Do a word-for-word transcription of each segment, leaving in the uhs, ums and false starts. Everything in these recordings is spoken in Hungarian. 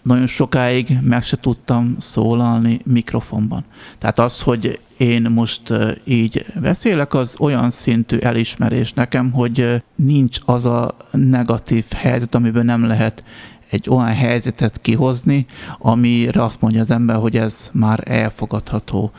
nagyon sokáig meg se tudtam szólalni mikrofonban. Tehát az, hogy én most így beszélek, az olyan szintű elismerés nekem, hogy nincs az a negatív helyzet, amiből nem lehet egy olyan helyzetet kihozni, amire azt mondja az ember, hogy ez már elfogadható.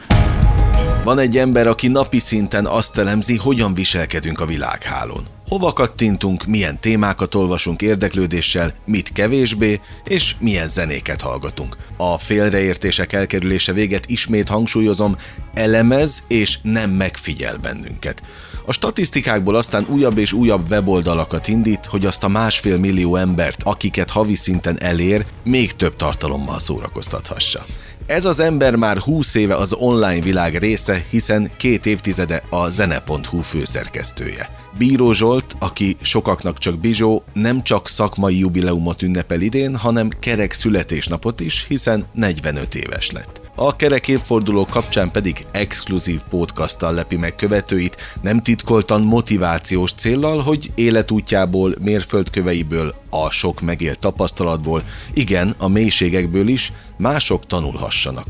Van egy ember, aki napi szinten azt elemzi, hogyan viselkedünk a világhálón. Hova kattintunk, milyen témákat olvasunk érdeklődéssel, mit kevésbé, és milyen zenéket hallgatunk. A félreértések elkerülése véget ismét hangsúlyozom, elemez és nem megfigyel bennünket. A statisztikákból aztán újabb és újabb weboldalakat indít, hogy azt a másfél millió embert, akiket havi szinten elér, még több tartalommal szórakoztathassa. Ez az ember már húsz éve az online világ része, hiszen két évtizede a zene pont hu főszerkesztője. Bíró Zsolt, aki sokaknak csak Bizsó, nem csak szakmai jubileumot ünnepel idén, hanem kerek születésnapot is, hiszen negyvenöt éves lett. A kerek évforduló kapcsán pedig exkluzív podcasttal lepi meg követőit, nem titkoltan motivációs céllal, hogy életútjából, mérföldköveiből, a sok megélt tapasztalatból, igen, a mélységekből is mások tanulhassanak.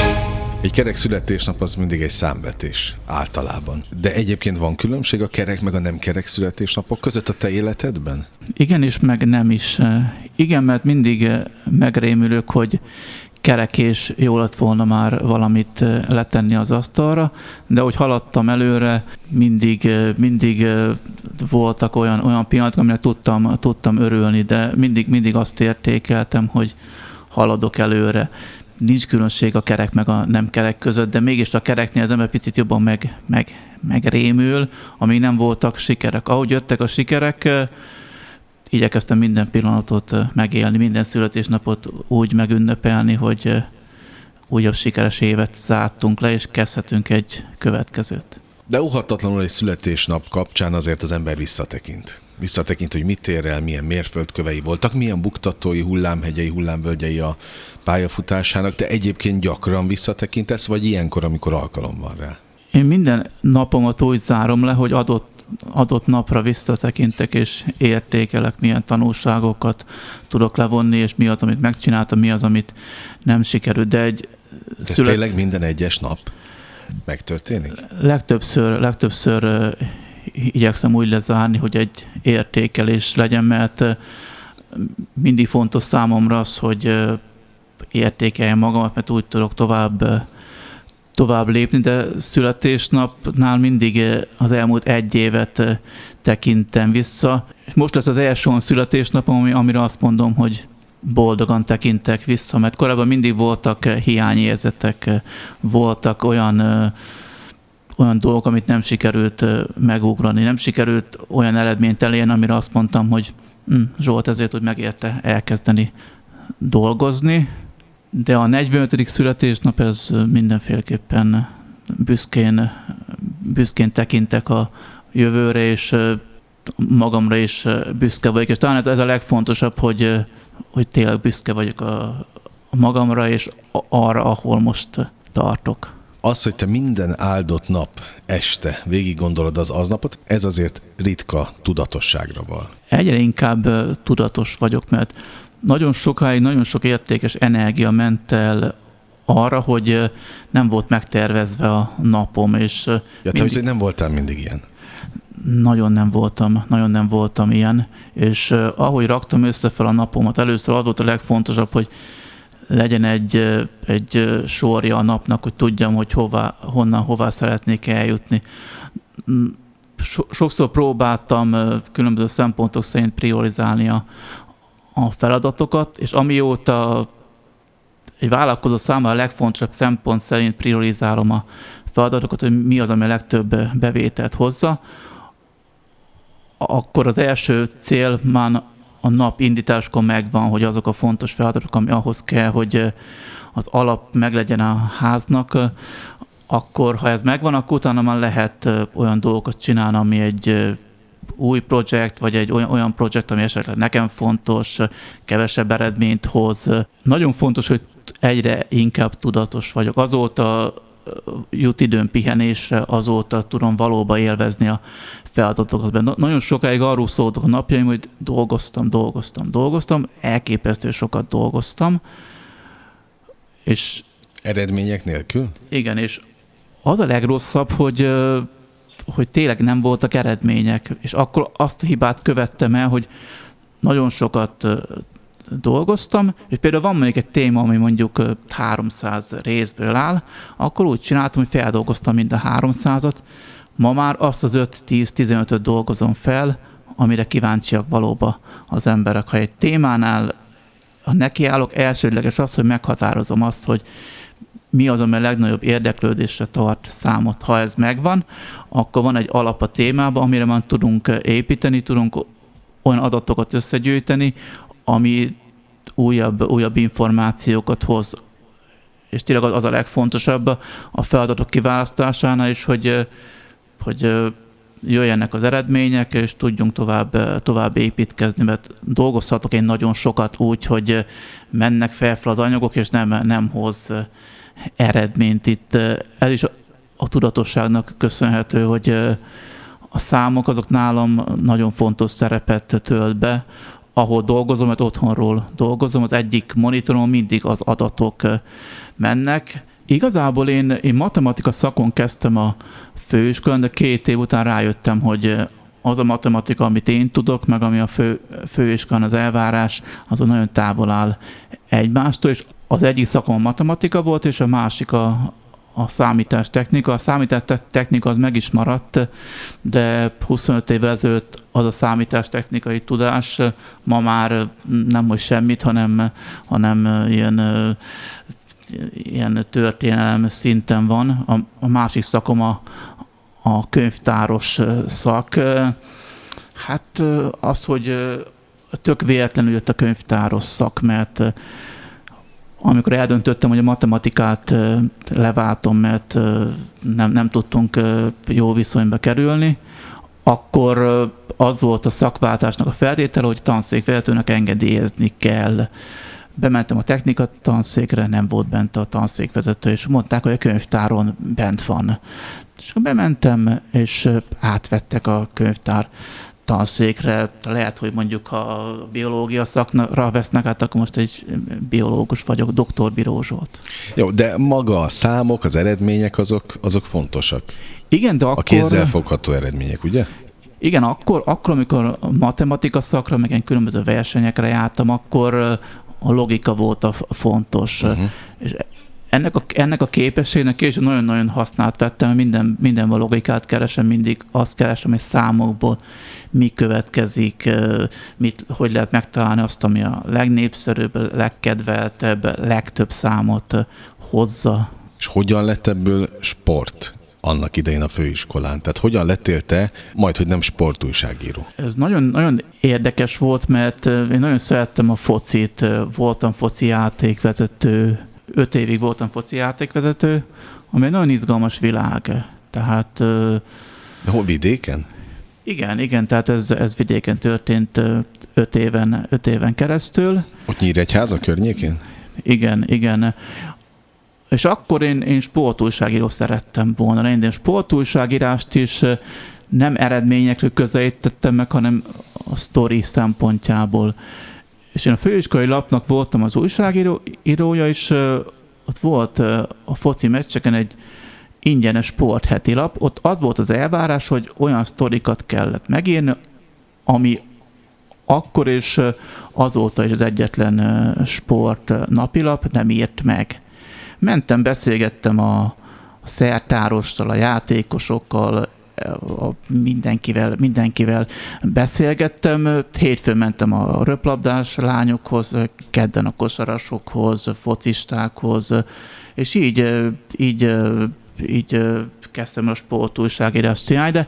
Egy kerek születésnap az mindig egy számvetés, általában. De egyébként van különbség a kerek meg a nem kerek születésnapok között a te életedben? Igen is, meg nem is. Igen, mert mindig megrémülök, hogy kerek és jó lett volna már valamit letenni az asztalra, de hogy haladtam előre, mindig, mindig voltak olyan, olyan pillanatok, amire tudtam, tudtam örülni, de mindig, mindig azt értékeltem, hogy haladok előre. Nincs különbség a kerek meg a nem kerek között, de mégis a kereknél az ember picit jobban meg, meg, megrémül, amíg nem voltak sikerek. Ahogy jöttek a sikerek, igyekeztem minden pillanatot megélni, minden születésnapot úgy megünnepelni, hogy újabb sikeres évet zártunk le, és kezdhetünk egy következőt. De óhatatlanul egy születésnap kapcsán azért az ember visszatekint. Visszatekint, hogy mit ér el, milyen mérföldkövei voltak, milyen buktatói, hullámhegyei, hullámvölgyei a pályafutásának, de egyébként gyakran visszatekintesz, vagy ilyenkor, amikor alkalom van rá? Én minden napomat úgy zárom le, hogy adott, adott napra visszatekintek, és értékelek, milyen tanulságokat tudok levonni, és mi az, amit megcsináltam, mi az, amit nem sikerült. De egy ez szület... tényleg minden egyes nap megtörténik? Legtöbbször, legtöbbször igyekszem úgy lezárni, hogy egy értékelés legyen, mert mindig fontos számomra az, hogy értékeljem magamat, mert úgy tudok tovább, tovább lépni, de születésnapnál mindig az elmúlt egy évet tekintem vissza. És most lesz az első olyan születésnapom, amire azt mondom, hogy boldogan tekintek vissza, mert korábban mindig voltak hiányérzetek, voltak olyan olyan dolgok, amit nem sikerült megugrani, nem sikerült olyan eredményt elérni, amire azt mondtam, hogy hm, Zsolt ezért, hogy megérte elkezdeni dolgozni, de a negyvenötödik születésnap ez mindenféleképpen büszkén, büszkén tekintek a jövőre, és magamra is büszke vagyok, és talán ez a legfontosabb, hogy, hogy tényleg büszke vagyok a, a magamra, és arra, ahol most tartok. Az, hogy te minden áldott nap este végig gondolod az aznapot, ez azért ritka tudatosságra val. Egyre inkább tudatos vagyok, mert nagyon sokáig, nagyon sok értékes energia ment el arra, hogy nem volt megtervezve a napom. És ja, te mindig... hogy nem voltál mindig ilyen? Nagyon nem voltam, nagyon nem voltam ilyen, és ahogy raktam össze fel a napomat, először az volt a legfontosabb, hogy legyen egy, egy sorja a napnak, hogy tudjam, hogy hova, honnan, hová szeretnék eljutni. So, sokszor próbáltam különböző szempontok szerint priorizálni a, a feladatokat, és amióta egy vállalkozó számára a legfontosabb szempont szerint priorizálom a feladatokat, hogy mi az, ami a legtöbb bevételt hozza, akkor az első cél már a nap indításkor megvan, hogy azok a fontos feladatok, ami ahhoz kell, hogy az alap meglegyen a háznak, akkor ha ez megvan, akkor utána már lehet olyan dolgokat csinálni, ami egy új projekt, vagy egy olyan, olyan projekt, ami esetleg nekem fontos, kevesebb eredményt hoz. Nagyon fontos, hogy egyre inkább tudatos vagyok. Azóta jut időm pihenésre, azóta tudom valóban élvezni a feladatokat. Na, nagyon sokáig arról szóltak a napjaim, hogy dolgoztam, dolgoztam, dolgoztam, elképesztő sokat dolgoztam, és eredmények nélkül? Igen, és az a legrosszabb, hogy, hogy tényleg nem voltak eredmények, és akkor azt a hibát követtem el, hogy nagyon sokat dolgoztam, és például van mondjuk egy téma, ami mondjuk háromszáz részből áll, akkor úgy csináltam, hogy feldolgoztam mind a háromszázat, ma már azt az öt-tíz-tizenötöt dolgozom fel, amire kíváncsiak valóban az emberek. Ha egy témánál, ha nekiállok, elsődleges az, hogy meghatározom azt, hogy mi az, ami a legnagyobb érdeklődésre tart számot. Ha ez megvan, akkor van egy alap a témában, amire már tudunk építeni, tudunk olyan adatokat összegyűjteni, ami újabb, újabb információkat hoz. És tényleg az a legfontosabb a feladatok kiválasztásánál is, hogy, hogy jöjjenek az eredmények, és tudjunk tovább, tovább építkezni, mert dolgozhatok én nagyon sokat úgy, hogy mennek fel az anyagok, és nem, nem hoz eredményt. Itt ez is a tudatosságnak köszönhető, hogy a számok azok nálam nagyon fontos szerepet tölt be, ahol dolgozom, mert otthonról dolgozom, az egyik monitoron mindig az adatok mennek. Igazából én, én matematika szakon kezdtem a főiskolán, de két év után rájöttem, hogy az a matematika, amit én tudok, meg ami a fő, főiskolán az elvárás, azon nagyon távol áll egymástól, és az egyik szakom a matematika volt, és a másik a, a számítástechnika. A számítástechnika az meg is maradt, de huszonöt évvel ezelőtt az a számítástechnikai tudás ma már nem hogy semmit, hanem, hanem ilyen, ilyen történelem szinten van. A, a másik szakom a, a könyvtáros szak. Hát az, hogy tök véletlenül jött a könyvtáros szak, mert amikor eldöntöttem, hogy a matematikát leváltom, mert nem, nem tudtunk jó viszonyba kerülni, akkor az volt a szakváltásnak a feltétele, hogy tanszékvezetőnek engedélyezni kell. Bementem a technika tanszékre, nem volt bent a tanszékvezető, és mondták, hogy a könyvtáron bent van. És bementem, és átvettek a könyvtár tanszékre. Lehet, hogy mondjuk ha a biológia szakra vesznek át, akkor most egy biológus vagyok, doktor Biró Zsolt. Jó, de maga a számok, az eredmények azok, azok fontosak. Igen, de akkor... A kézzelfogható eredmények, ugye? Igen, akkor, akkor, amikor a matematika szakra, meg ilyen különböző versenyekre jártam, akkor a logika volt a fontos. Uh-huh. És ennek a, ennek a képességnek és nagyon-nagyon hasznát vettem, minden, mindenben logikát keresem, mindig azt keresem, hogy számokból mi következik, mit, hogy lehet megtalálni azt, ami a legnépszerűbb, legkedveltebb, legtöbb számot hozza. És hogyan lett ebből sport annak idején a főiskolán? Tehát hogyan lettél te, majd, hogy nem sportújságíró? Ez nagyon, nagyon érdekes volt, mert én nagyon szerettem a focit, voltam foci játékvezető, öt évig voltam foci játékvezető, ami egy nagyon izgalmas világ. Tehát... De hol, vidéken? Igen, igen, tehát ez, ez vidéken történt öt éven, öt éven keresztül. Ott Nyíregyháza környékén? Igen, igen. És akkor én, én sportújságíró szerettem volna. Én sportújságírást is nem eredményekről közelítettem meg, hanem a sztori szempontjából. És én a főiskolai lapnak voltam az újságírója, és ott volt a foci meccseken egy ingyenes sportheti lap. Ott az volt az elvárás, hogy olyan sztorikat kellett megírni, ami akkor és azóta is az egyetlen sport napilap nem írt meg. Mentem, beszélgettem a szertárossal, a játékosokkal, a mindenkivel, mindenkivel beszélgettem. Hétfőn mentem a röplabdás lányokhoz, kedden a kosarasokhoz, focistákhoz, és így, így, így kezdtem a sportújságírást csinálni, de,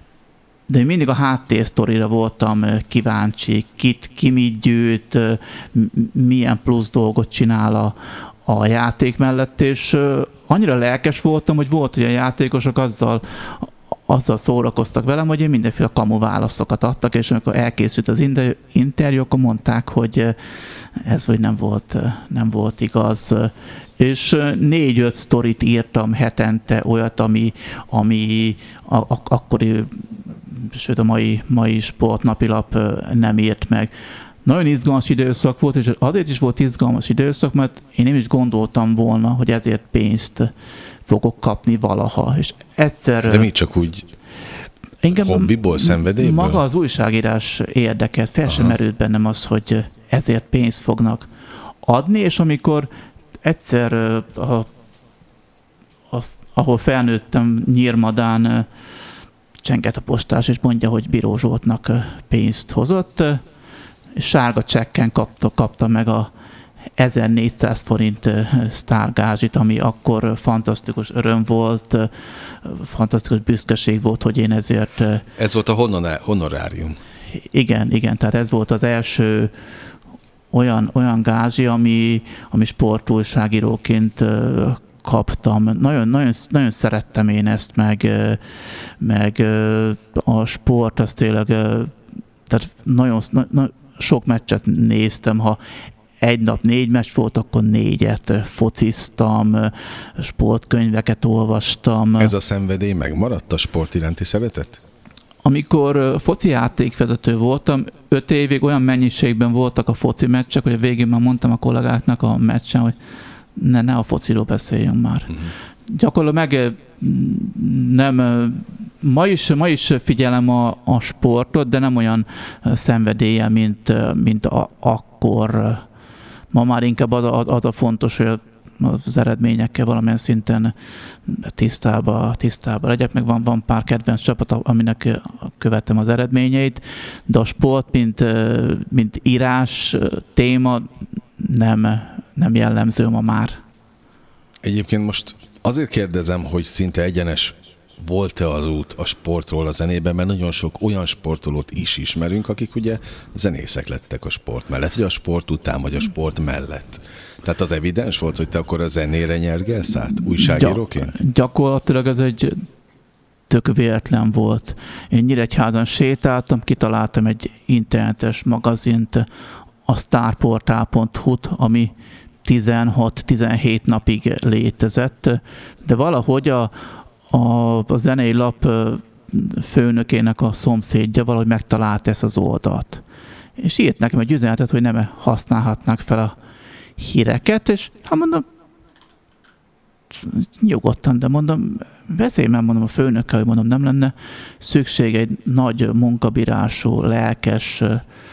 de mindig a háttérsztorira voltam kíváncsi, kit, ki mit gyűjt, milyen plusz dolgot csinál a, a játék mellett, és annyira lelkes voltam, hogy volt, hogy a játékosok azzal azzal szórakoztak velem, hogy én mindenféle kamu válaszokat adtak, és amikor elkészült az interjú, akkor mondták, hogy ez vagy nem volt, nem volt igaz. És négy-öt sztorit írtam hetente, olyat, ami, ami a, a, akkori, sőt a mai, mai sportnapilap nem írt meg. Nagyon izgalmas időszak volt, és azért is volt izgalmas időszak, mert én nem is gondoltam volna, hogy ezért pénzt fogok kapni valaha. És egyszer... De mi csak úgy engem hobbiból, szenvedélyből? Maga az újságírás érdekelt, fel sem merült bennem az, hogy ezért pénzt fognak adni, és amikor egyszer, a, az, ahol felnőttem, Nyírmadán csengett a postás, és mondja, hogy Bíró Zsoltnak pénzt hozott, és sárga csekken kapta, kapta meg a ezernégyszáz forint sztárgázsit, ami akkor fantasztikus öröm volt, fantasztikus büszkeség volt, hogy én ezért... Ez volt a honorárium. Igen, igen, tehát ez volt az első olyan, olyan gázsi, ami, ami sportújságíróként kaptam. Nagyon, nagyon, nagyon szerettem én ezt, meg, meg a sport, az tényleg, tehát nagyon, nagyon sok meccset néztem, ha egy nap négy meccs volt, akkor négyet fociztam, sportkönyveket olvastam. Ez a szenvedély megmaradt, a sport iránti szeretet? Amikor foci játékvezető voltam, öt évig olyan mennyiségben voltak a foci meccsek, hogy a végén már mondtam a kollégáknak a meccsen, hogy ne, ne a fociról beszéljünk már. Uh-huh. Gyakorlatilag meg nem, ma is, ma is figyelem a, a sportot, de nem olyan szenvedéllyel, mint, mint a, akkor. Ma már inkább az a, az a fontos, hogy az eredményekkel valamilyen szinten tisztába, tisztába legyek, meg van, van pár kedvenc csapat, aminek követem az eredményeit, de a sport, mint, mint írás, téma nem, nem jellemző ma már. Egyébként most azért kérdezem, hogy szinte egyenes volt-e az út a sportról a zenében, mert nagyon sok olyan sportolót is ismerünk, akik ugye zenészek lettek a sport mellett, vagy a sport után, vagy a sport mellett. Tehát az evidens volt, hogy te akkor a zenére nyergelsz át újságíróként? Gyak- gyakorlatilag ez egy tök véletlen volt. Én Nyíregyházan sétáltam, kitaláltam egy internetes magazint, a sztárportál pont hu-t, ami tizenhat-tizenhét napig létezett, de valahogy a, a, a zenei lap főnökének a szomszédja valahogy megtalálta ezt az oldalt. És írt nekem egy üzenetet, hogy nem használhatnák fel a híreket, és hát mondom, nyugodtan, de mondom, beszélj már, mondom a főnökkel, hogy mondom, nem lenne szükség egy nagy munkabírású, lelkes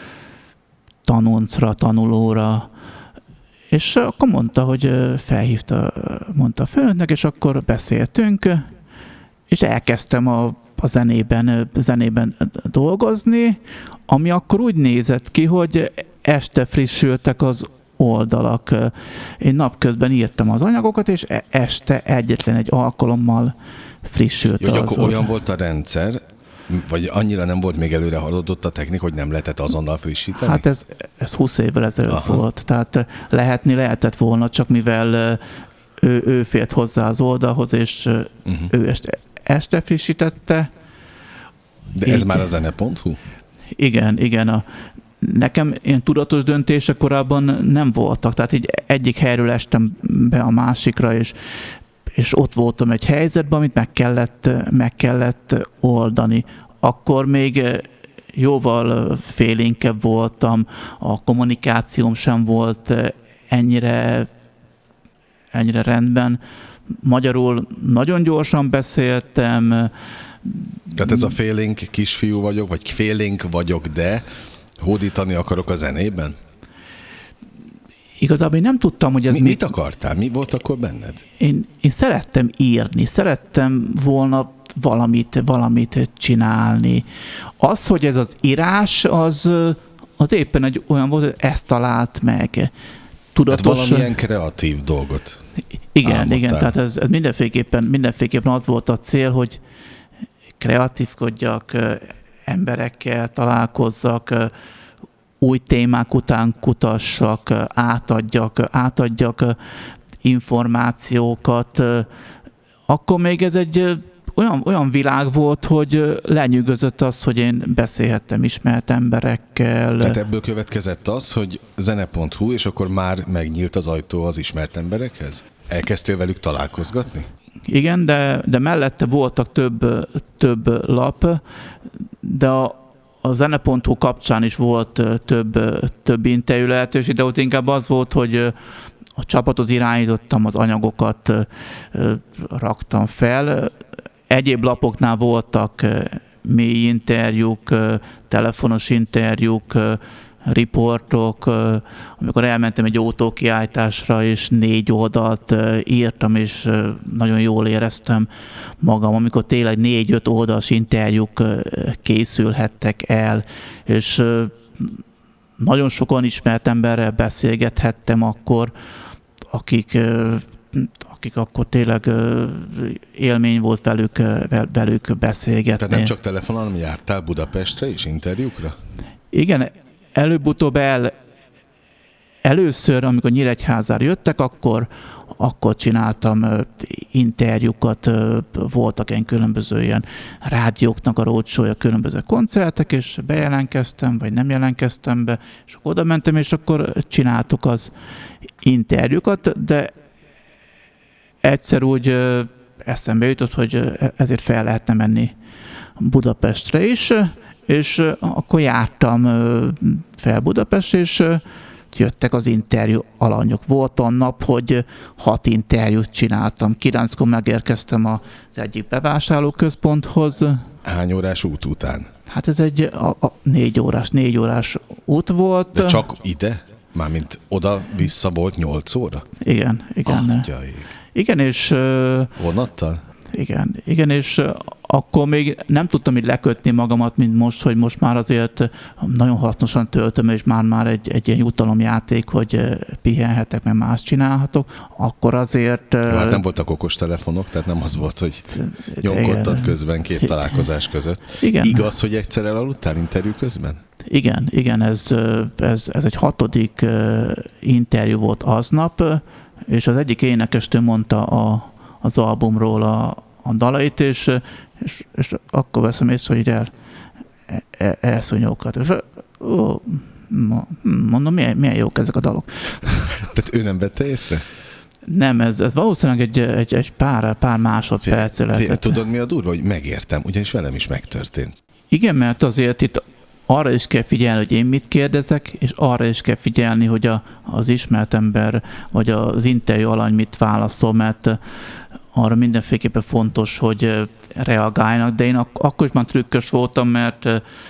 tanoncra, tanulóra, és akkor mondta, hogy felhívta, mondta a főnöknek, és akkor beszéltünk, és elkezdtem a, a zenében, zenében dolgozni, ami akkor úgy nézett ki, hogy este frissültek az oldalak. Én napközben írtam az anyagokat, és este egyetlen egy alkalommal frissült. Jó, akkor olyan volt a rendszer, vagy annyira nem volt még előre haladott a technika, hogy nem lehetett azonnal frissíteni? Hát ez, ez húsz évvel ezelőtt Aha. volt. Tehát lehetni lehetett volna, csak mivel ő, ő félt hozzá az oldalhoz, és uh-huh. ő este, este frissítette. De ez így, már a zene pont hu? Igen, igen. A, nekem ilyen tudatos döntések korábban nem voltak. Tehát így egyik helyről estem be a másikra, és és ott voltam egy helyzetben, amit meg kellett, meg kellett oldani. Akkor még jóval félénkebb voltam, a kommunikációm sem volt ennyire, ennyire rendben. Magyarul nagyon gyorsan beszéltem. Tehát ez a félénk kisfiú vagyok, vagy félénk vagyok, de hódítani akarok a zenében? Igazából én nem tudtam, hogy ez... Mi, mit, mit akartál? Mi volt akkor benned? Én, én szerettem írni, szerettem volna valamit, valamit csinálni. Az, hogy ez az írás, az, az éppen egy olyan volt, hogy ezt talált meg. Tudatos... Hát valamilyen kreatív dolgot Igen, álmodtál. igen, tehát ez, ez mindenféleképpen, mindenféleképpen az volt a cél, hogy kreatívkodjak, emberekkel találkozzak, új témák után kutassak, átadjak, átadjak információkat. Akkor még ez egy olyan, olyan világ volt, hogy lenyűgözött az, hogy én beszélhettem ismert emberekkel. Tehát ebből következett az, hogy zene pont hu, és akkor már megnyílt az ajtó az ismert emberekhez? Elkezdtél velük találkozgatni? Igen, de, de mellette voltak több, több lap, de a, a zene pont hu kapcsán is volt több, több interjú lehetőség, de ott inkább az volt, hogy a csapatot irányítottam, az anyagokat raktam fel. Egyéb lapoknál voltak mély interjúk, telefonos interjúk, riportok, amikor elmentem egy autókiállításra, és négy oldalt írtam, és nagyon jól éreztem magam, amikor tényleg négy-öt oldalas interjúk készülhettek el, és nagyon sokan ismert emberrel beszélgethettem akkor, akik, akik akkor tényleg élmény volt velük, velük beszélgetni. Tehát nem csak telefonon, hanem jártál Budapestre és interjúkra? Igen, előbb-utóbb el, először, amikor Nyíregyházára jöttek, akkor, akkor csináltam interjúkat, voltak ilyen különböző ilyen rádióknak a roadshow-ja, különböző koncertek, és bejelentkeztem, vagy nem jelentkeztem be, és akkor oda mentem, és akkor csináltuk az interjúkat, de egyszer úgy eszembe jutott, hogy ezért fel lehetne menni Budapestre is, és akkor jártam fel Budapestre, és jöttek az interjú alanyok. Volt a nap, hogy hat interjút csináltam. Kilenckor megérkeztem az egyik bevásárlóközponthoz. Hány órás út után? Hát ez egy a, a négy órás, négy órás út volt. De csak ide? Mármint oda-vissza volt nyolc óra? Igen, igen. Atyaik. Igen, és... Vonattal? Igen, igen, és akkor még nem tudtam így lekötni magamat, mint most, hogy most már azért nagyon hasznosan töltöm, és már, már egy, egy ilyen jutalomjáték, hogy pihenhetek, mert más csinálhatok. Akkor azért... Jó, hát nem voltak okos telefonok, tehát nem az volt, hogy nyomkodtad közben két találkozás között. Igen. Igaz, hogy egyszer elaludtál interjú közben? Igen, igen, ez, ez, ez egy hatodik interjú volt aznap, és az egyik énekestő mondta a az albumról a, a dalait, és, és, és akkor veszem észre, hogy el, el, elszúnyókat. Ó, mondom, milyen, milyen jók ezek a dalok. Tehát ő nem vette észre? Nem, ez, ez valószínűleg egy, egy, egy pár, pár másodperc lehetett. Tudod, mi a durva? Hogy megértem, ugyanis velem is megtörtént. Igen, mert azért itt arra is kell figyelni, hogy én mit kérdezek, és arra is kell figyelni, hogy a, az ismert ember, vagy az interjú alany mit válaszol, mert arra mindenféleképpen fontos, hogy reagáljanak, de én ak- akkor is már trükkös voltam, mert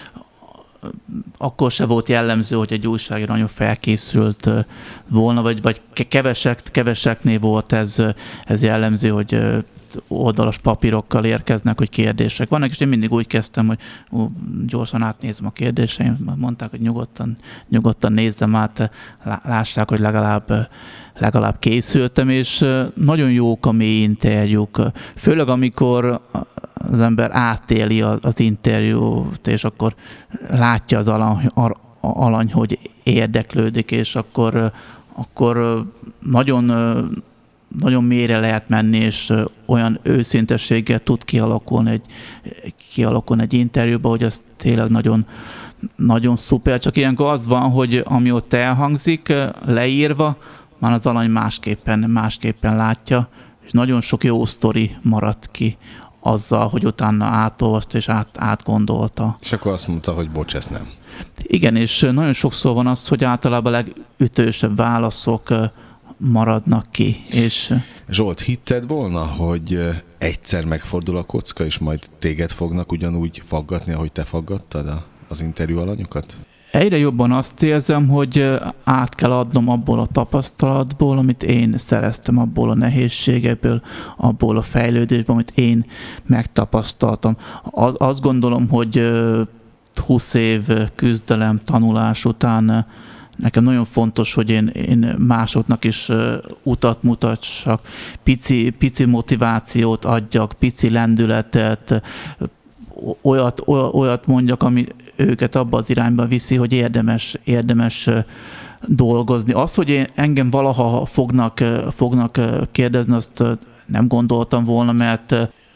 akkor se volt jellemző, hogy egy újságíró nagyon felkészült volna, vagy, vagy kevesek, keveseknél volt ez, ez jellemző, hogy oldalas papírokkal érkeznek, hogy kérdések vannak, és én mindig úgy kezdtem, hogy ó, gyorsan átnézem a kérdéseim, mondták, hogy nyugodtan, nyugodtan nézzem át, lássák, hogy legalább, legalább készültem, és nagyon jók a mély interjúk, főleg amikor az ember átéli az interjút, és akkor látja az alany, alany hogy érdeklődik, és akkor, akkor nagyon nagyon mélyre lehet menni, és olyan őszintességgel tud kialakulni egy, kialakulni egy interjúba, hogy az tényleg nagyon, nagyon szuper. Csak ilyenkor az van, hogy ami ott elhangzik, leírva, már az alany másképpen, másképpen látja, és nagyon sok jó sztori maradt ki azzal, hogy utána átolvasta és át, átgondolta. És akkor azt mondta, hogy bocs, ez nem. Igen, és nagyon sokszor van az, hogy általában a legütősebb válaszok maradnak ki. És... Zsolt, hitted volna, hogy egyszer megfordul a kocka, és majd téged fognak ugyanúgy faggatni, ahogy te faggattad az interjú alanyokat? Egyre jobban azt érzem, hogy át kell adnom abból a tapasztalatból, amit én szereztem, abból a nehézségekből, abból a fejlődésből, amit én megtapasztaltam. Az, azt gondolom, hogy húsz év küzdelem, tanulás után nekem nagyon fontos, hogy én, én másoknak is utat mutassak, pici, pici motivációt adjak, pici lendületet, olyat, olyat mondjak, ami őket abba az irányba viszi, hogy érdemes, érdemes dolgozni. Az, hogy én, engem valaha fognak, fognak kérdezni, azt nem gondoltam volna, mert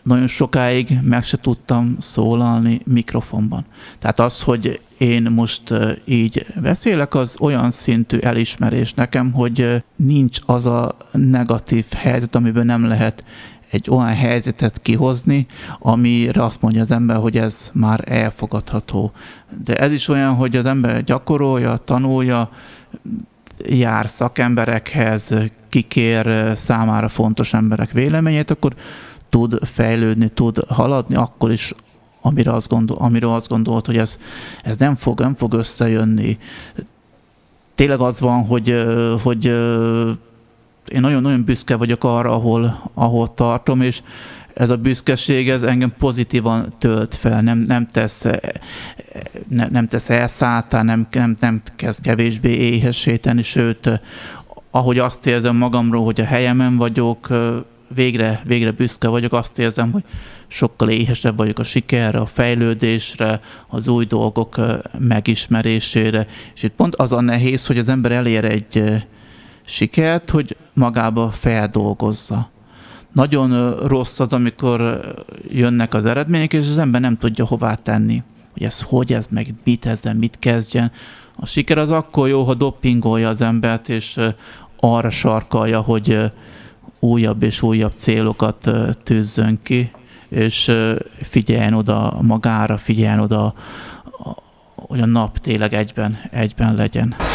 nagyon sokáig meg se tudtam szólalni mikrofonban. Tehát az, hogy én most így beszélek, az olyan szintű elismerés nekem, hogy nincs az a negatív helyzet, amiben nem lehet egy olyan helyzetet kihozni, amire azt mondja az ember, hogy ez már elfogadható. De ez is olyan, hogy az ember gyakorolja, tanulja, jár szakemberekhez, kikér számára fontos emberek véleményét, akkor tud fejlődni, tud haladni, akkor is, amire azt, gondol, amire azt gondolt, hogy ez, ez nem, fog, nem fog összejönni. Tényleg az van, hogy, hogy én nagyon-nagyon büszke vagyok arra, ahol, ahol tartom, és ez a büszkeség, ez engem pozitívan tölt fel, nem, nem, tesz, nem, nem tesz elszálltá, nem, nem, nem kezd kevésbé éhesíteni, sőt, ahogy azt érzem magamról, hogy a helyemen vagyok, végre, végre büszke vagyok, azt érzem, hogy sokkal éhesebb vagyok a sikerre, a fejlődésre, az új dolgok megismerésére, és itt pont az a nehéz, hogy az ember elér egy sikert, hogy magába feldolgozza. Nagyon rossz az, amikor jönnek az eredmények, és az ember nem tudja hová tenni. Hogy ez hogy, ez meg mit, ezzel mit kezdjen. A siker az akkor jó, ha dopingolja az embert, és arra sarkalja, hogy újabb és újabb célokat tűzzön ki, és figyeljen oda magára, figyeljen oda, hogy a nap tényleg egyben, egyben legyen.